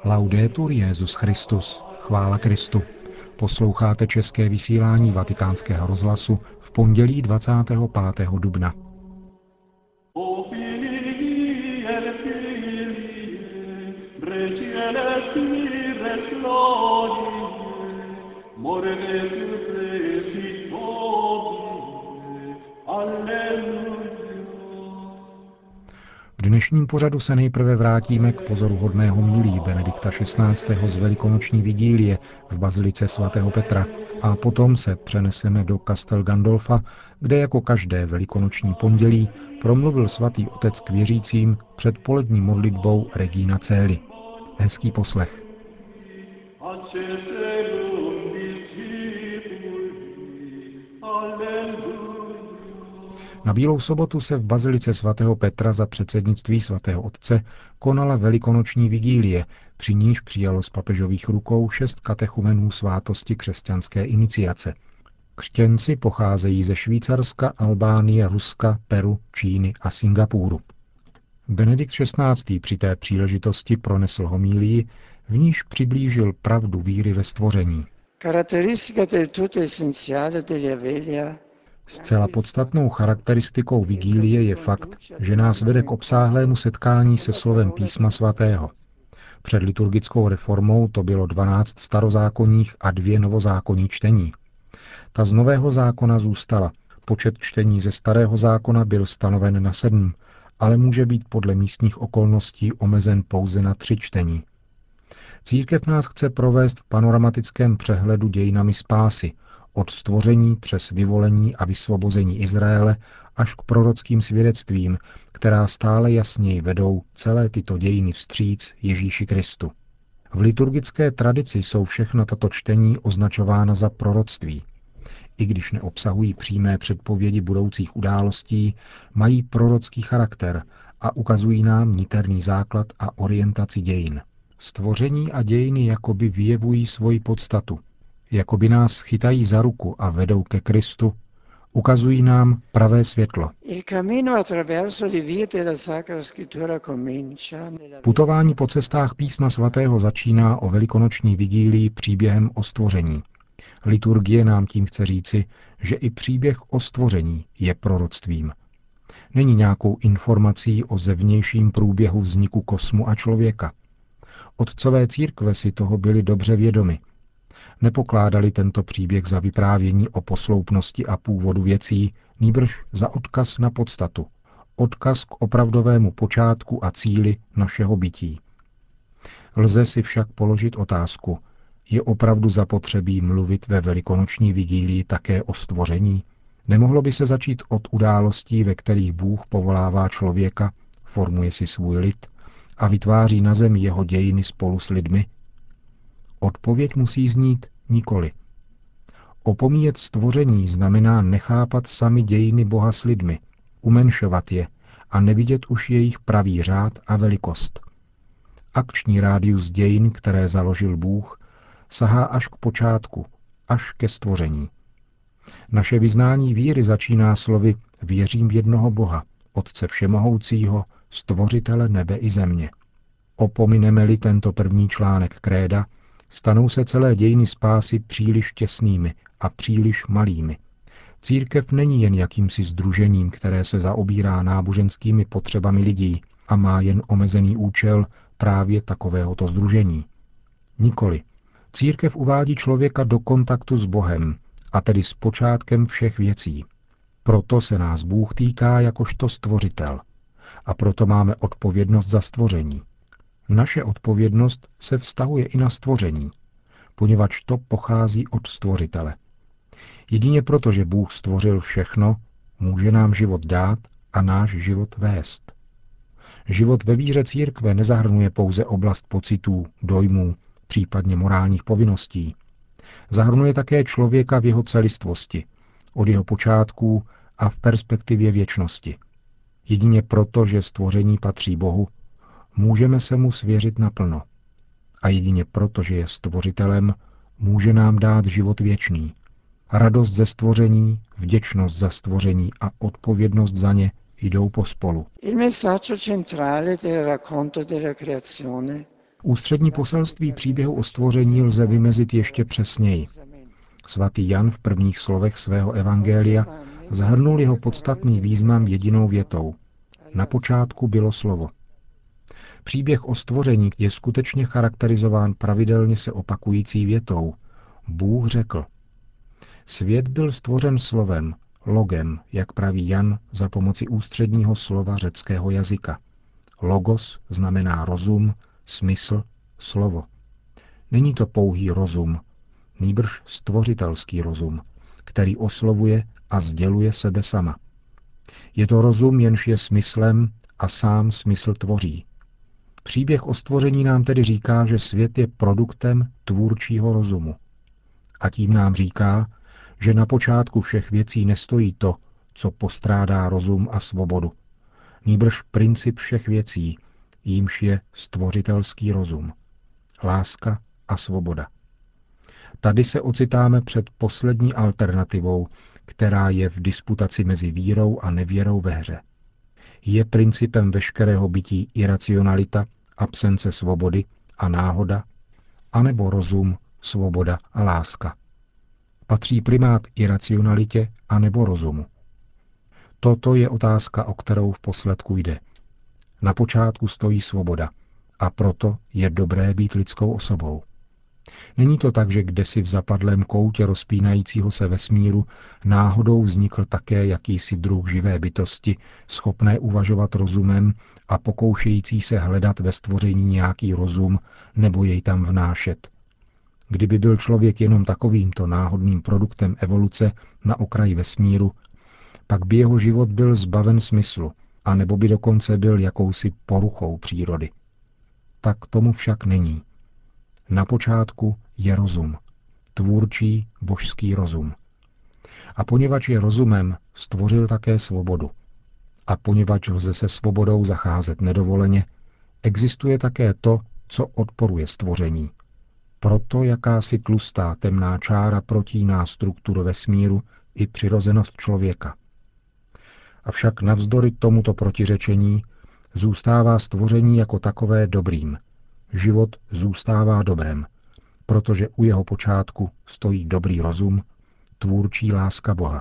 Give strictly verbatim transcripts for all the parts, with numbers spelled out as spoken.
Laudetur Jesus Christus. Chvála Kristu. Posloucháte české vysílání Vatikánského rozhlasu v pondělí dvacátého pátého dubna. V dnešním pořadu se nejprve vrátíme k pozoruhodné homílii Benedikta šestnáctého z velikonoční vigílie v bazilice svatého Petra a potom se přeneseme do Castel Gandolfa, kde jako každé velikonoční pondělí promluvil svatý otec k věřícím před polední modlitbou Regina Coeli. Hezký poslech. Na Bílou sobotu se v bazilice svatého Petra za předsednictví svatého otce konala velikonoční vigílie, při níž přijalo z papežových rukou šest katechumenů svátosti křesťanské iniciace. Křtěnci pocházejí ze Švýcarska, Albánie, Ruska, Peru, Číny a Singapuru. Benedikt šestnáctý při té příležitosti pronesl homílii, v níž přiblížil pravdu víry ve stvoření. Zcela podstatnou charakteristikou vigílie je fakt, že nás vede k obsáhlému setkání se slovem Písma svatého. Před liturgickou reformou to bylo dvanáct starozákonních a dvě novozákonní čtení. Ta z nového zákona zůstala. Počet čtení ze starého zákona byl stanoven na sedm, ale může být podle místních okolností omezen pouze na tři čtení. Církev nás chce provést v panoramatickém přehledu dějinami spásy, od stvoření přes vyvolení a vysvobození Izraele až k prorockým svědectvím, která stále jasněji vedou celé tyto dějiny vstříc Ježíši Kristu. V liturgické tradici jsou všechna tato čtení označována za proroctví. I když neobsahují přímé předpovědi budoucích událostí, mají prorocký charakter a ukazují nám niterný základ a orientaci dějin. Stvoření a dějiny jakoby vyjevují svoji podstatu, jakoby nás chytají za ruku a vedou ke Kristu, ukazují nám pravé světlo. Putování po cestách Písma svatého začíná o velikonoční vigílii příběhem o stvoření. Liturgie nám tím chce říci, že i příběh o stvoření je proroctvím. Není nějakou informací o zevnějším průběhu vzniku kosmu a člověka. Otcové církve si toho byli dobře vědomi. Nepokládali tento příběh za vyprávění o posloupnosti a původu věcí, nýbrž za odkaz na podstatu, odkaz k opravdovému počátku a cíli našeho bytí. Lze si však položit otázku, je opravdu zapotřebí mluvit ve velikonoční vigílii také o stvoření? Nemohlo by se začít od událostí, ve kterých Bůh povolává člověka, formuje si svůj lid a vytváří na zemi jeho dějiny spolu s lidmi? Odpověď musí znít nikoli. Opomíjet stvoření znamená nechápat sami dějiny Boha s lidmi, umenšovat je a nevidět už jejich pravý řád a velikost. Akční rádius dějin, které založil Bůh, sahá až k počátku, až ke stvoření. Naše vyznání víry začíná slovy věřím v jednoho Boha, Otce všemohoucího, stvořitele nebe i země. Opomineme-li tento první článek kréda, stanou se celé dějiny spásy příliš těsnými a příliš malými. Církev není jen jakýmsi sdružením, které se zaobírá náboženskými potřebami lidí a má jen omezený účel právě takovéhoto sdružení. Nikoli. Církev uvádí člověka do kontaktu s Bohem, a tedy s počátkem všech věcí. Proto se nás Bůh týká jakožto stvořitel. A proto máme odpovědnost za stvoření. Naše odpovědnost se vztahuje i na stvoření, poněvadž to pochází od stvořitele. Jedině proto, že Bůh stvořil všechno, může nám život dát a náš život vést. Život ve víře církve nezahrnuje pouze oblast pocitů, dojmů, případně morálních povinností. Zahrnuje také člověka v jeho celistvosti, od jeho počátků a v perspektivě věčnosti. Jedině proto, že stvoření patří Bohu, můžeme se mu svěřit naplno. A jedině proto, že je stvořitelem, může nám dát život věčný. Radost ze stvoření, vděčnost za stvoření a odpovědnost za ně jdou pospolu. Ústřední poselství příběhu o stvoření lze vymezit ještě přesněji. Svatý Jan v prvních slovech svého evangelia zahrnul jeho podstatný význam jedinou větou. Na počátku bylo slovo. Příběh o stvoření je skutečně charakterizován pravidelně se opakující větou. Bůh řekl. Svět byl stvořen slovem, logem, jak praví Jan za pomoci ústředního slova řeckého jazyka. Logos znamená rozum, smysl, slovo. Není to pouhý rozum, nýbrž stvořitelský rozum, který oslovuje a sděluje sebe sama. Je to rozum, jenž je smyslem a sám smysl tvoří. Příběh o stvoření nám tedy říká, že svět je produktem tvůrčího rozumu. A tím nám říká, že na počátku všech věcí nestojí to, co postrádá rozum a svobodu. Nýbrž princip všech věcí, jímž je stvořitelský rozum. Láska a svoboda. Tady se ocitáme před poslední alternativou, která je v disputaci mezi vírou a nevěrou ve hře. Je principem veškerého bytí iracionalita, absence svobody a náhoda, anebo rozum, svoboda a láska? Patří primát iracionalitě anebo rozumu? Toto je otázka, o kterou v posledku jde. Na počátku stojí svoboda a proto je dobré být lidskou osobou. Není to tak, že kdesi v zapadlém koutě rozpínajícího se vesmíru náhodou vznikl také jakýsi druh živé bytosti, schopné uvažovat rozumem a pokoušející se hledat ve stvoření nějaký rozum nebo jej tam vnášet. Kdyby byl člověk jenom takovýmto náhodným produktem evoluce na okraji vesmíru, pak by jeho život byl zbaven smyslu, a nebo by dokonce byl jakousi poruchou přírody. Tak tomu však není. Na počátku je rozum, tvůrčí božský rozum. A poněvadž je rozumem, stvořil také svobodu. A poněvadž lze se svobodou zacházet nedovoleně, existuje také to, co odporuje stvoření. Proto jakási tlustá temná čára protíná strukturu vesmíru i přirozenost člověka. Avšak navzdory tomuto protiřečení zůstává stvoření jako takové dobrým. Život zůstává dobrem, protože u jeho počátku stojí dobrý rozum, tvůrčí láska Boha.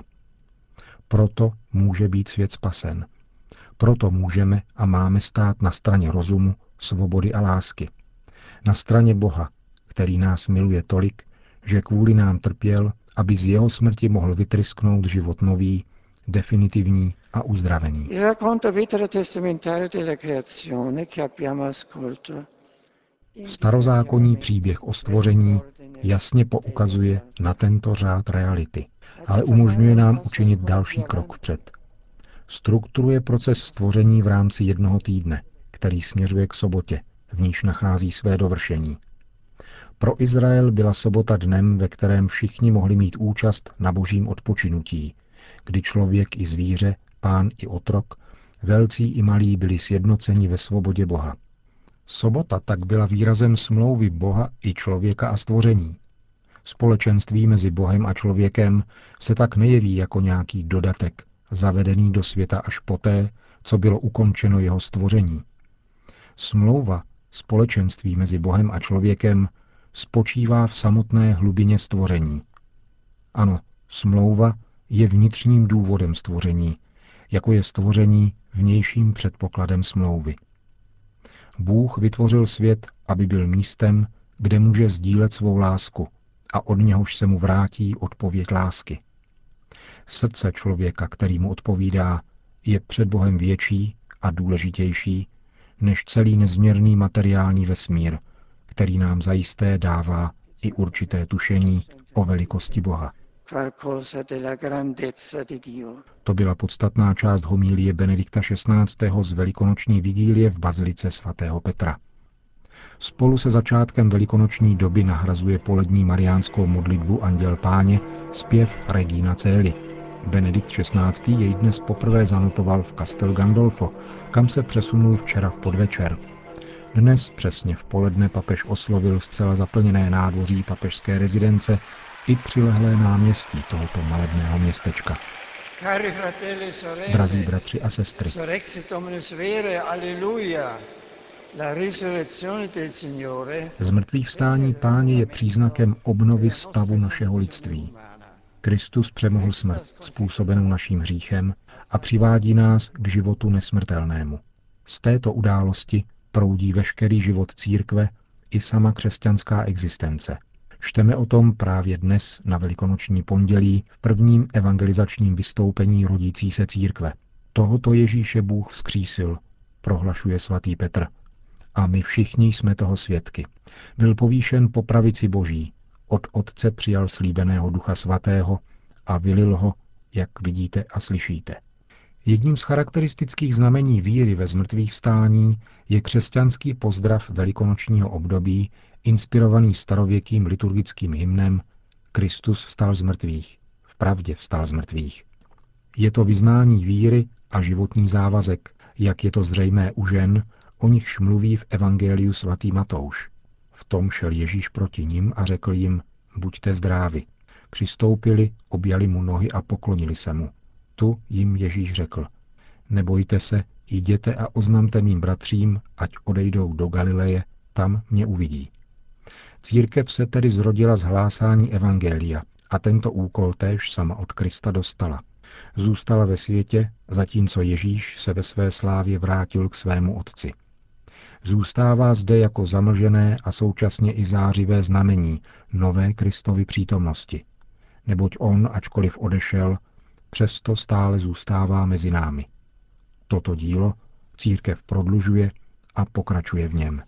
Proto může být svět spasen. Proto můžeme a máme stát na straně rozumu, svobody a lásky. Na straně Boha, který nás miluje tolik, že kvůli nám trpěl, aby z jeho smrti mohl vytrysknout život nový, definitivní a uzdravený. Starozákonní příběh o stvoření jasně poukazuje na tento řád reality, ale umožňuje nám učinit další krok vpřed. Strukturuje proces stvoření v rámci jednoho týdne, který směřuje k sobotě, v níž nachází své dovršení. Pro Izrael byla sobota dnem, ve kterém všichni mohli mít účast na božím odpočinutí, kdy člověk i zvíře, pán i otrok, velcí i malí byli sjednoceni ve svobodě Boha. Sobota tak byla výrazem smlouvy Boha i člověka a stvoření. Společenství mezi Bohem a člověkem se tak nejeví jako nějaký dodatek, zavedený do světa až poté, co bylo ukončeno jeho stvoření. Smlouva, společenství mezi Bohem a člověkem, spočívá v samotné hlubině stvoření. Ano, smlouva je vnitřním důvodem stvoření, jako je stvoření vnějším předpokladem smlouvy. Bůh vytvořil svět, aby byl místem, kde může sdílet svou lásku a od něhož se mu vrátí odpověď lásky. Srdce člověka, který mu odpovídá, je před Bohem větší a důležitější než celý nezměrný materiální vesmír, který nám zajisté dává i určité tušení o velikosti Boha. To byla podstatná část homilie Benedikta šestnáctého z velikonoční vigílie v bazilice svatého Petra. Spolu se začátkem velikonoční doby nahrazuje polední mariánskou modlitbu Anděl Páně zpěv Regina Coeli. Benedikt šestnáctý jej dnes poprvé zanotoval v Castel Gandolfo, kam se přesunul včera v podvečer. Dnes přesně v poledne papež oslovil zcela zaplněné nádvoří papežské rezidence i přilehlé náměstí tohoto malebného městečka. Drazí bratři a sestry, Zmrtvých vstání Páně je příznakem obnovy stavu našeho lidství. Kristus přemohl smrt, způsobenou naším hříchem, a přivádí nás k životu nesmrtelnému. Z této události proudí veškerý život církve i sama křesťanská existence. Čteme o tom právě dnes na Velikonoční pondělí v prvním evangelizačním vystoupení rodící se církve. Tohoto Ježíše Bůh vzkřísil, prohlašuje svatý Petr. A my všichni jsme toho svědky. Byl povýšen po pravici Boží, od Otce přijal slíbeného Ducha Svatého a vylil ho, jak vidíte a slyšíte. Jedním z charakteristických znamení víry ve zmrtvýchvstání je křesťanský pozdrav velikonočního období, inspirovaný starověkým liturgickým hymnem Kristus vstal z mrtvých, vpravdě vstal z mrtvých. Je to vyznání víry a životní závazek, jak je to zřejmé u žen, o nichž mluví v evangeliu svatý Matouš. V tom šel Ježíš proti nim a řekl jim, buďte zdrávi. Přistoupili, objali mu nohy a poklonili se mu. Tu jim Ježíš řekl, nebojte se, jděte a oznamte mým bratřím, ať odejdou do Galileje, tam mě uvidí. Církev se tedy zrodila z hlásání evangelia a tento úkol též sama od Krista dostala. Zůstala ve světě, zatímco Ježíš se ve své slávě vrátil k svému Otci. Zůstává zde jako zamlžené a současně i zářivé znamení nové Kristovy přítomnosti. Neboť on, ačkoliv odešel, přesto stále zůstává mezi námi. Toto dílo církev prodlužuje a pokračuje v něm.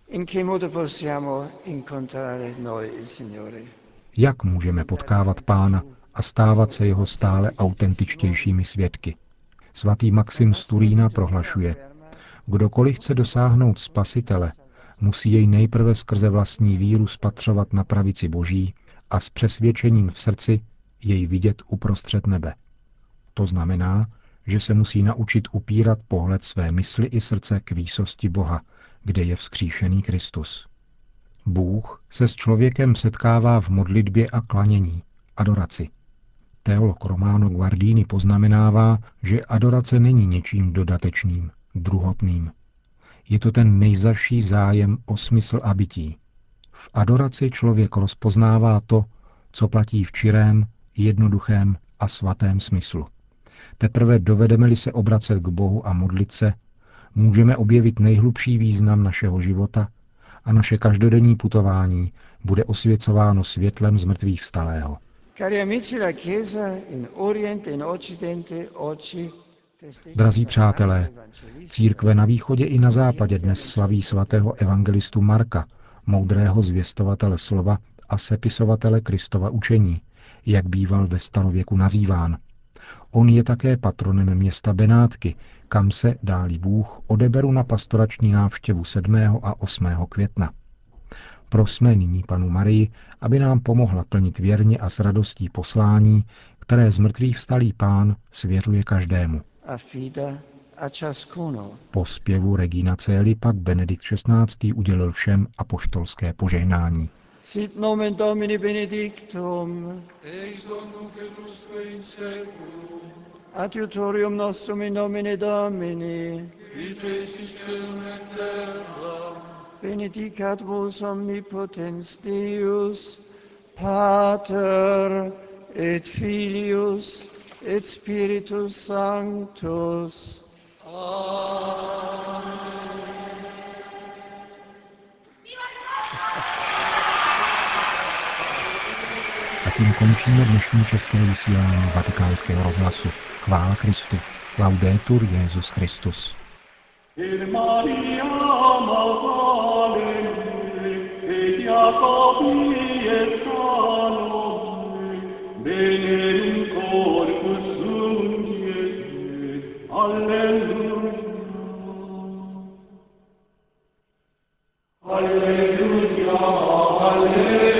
Jak můžeme potkávat Pána a stávat se jeho stále autentičtějšími svědky? Svatý Maxim z Turína prohlašuje, kdokoliv chce dosáhnout Spasitele, musí jej nejprve skrze vlastní víru spatřovat na pravici Boží a s přesvědčením v srdci jej vidět uprostřed nebe. To znamená, že se musí naučit upírat pohled své mysli i srdce k výsosti Boha, kde je vzkříšený Kristus. Bůh se s člověkem setkává v modlitbě a klanění, adoraci. Teolog Romano Guardini poznamenává, že adorace není něčím dodatečným, druhotným. Je to ten nejzazší zájem o smysl a bytí. V adoraci člověk rozpoznává to, co platí v čirém, jednoduchém a svatém smyslu. Teprve dovedeme-li se obracet k Bohu a modlit se, můžeme objevit nejhlubší význam našeho života a naše každodenní putování bude osvěcováno světlem zmrtvých vstalého. Drazí přátelé, církve na východě i na západě dnes slaví svatého evangelistu Marka, moudrého zvěstovatele slova a sepisovatele Kristova učení, jak býval ve starověku nazýván. On je také patronem města Benátky, kam se, dá-li Bůh, odeberu na pastorační návštěvu sedmého a osmého května. Prosme nyní Panu Marii, aby nám pomohla plnit věrně a s radostí poslání, které zmrtvých vstalý Pán svěřuje každému. Po zpěvu Regina Coeli pak Benedikt šestnáctý udělil všem apoštolské požehnání. Sit nomen Domini benedictum, ex hoc nunc et usque in seculum, adiutorium nostrum in nomine Domini, qui fecit caelum et terram, benedicat vos omnipotens Deus, Pater et Filius et Spiritus Sanctus. Amen. A tím končíme dnešní české vysílání Vatikánského rozhlasu. Chvála Kristu. Laudetur Jesus Christus. In Maria Magdalene, et Jacobi Salome, benedum corpus sum Diei, Alleluia. Alleluia, Alleluia.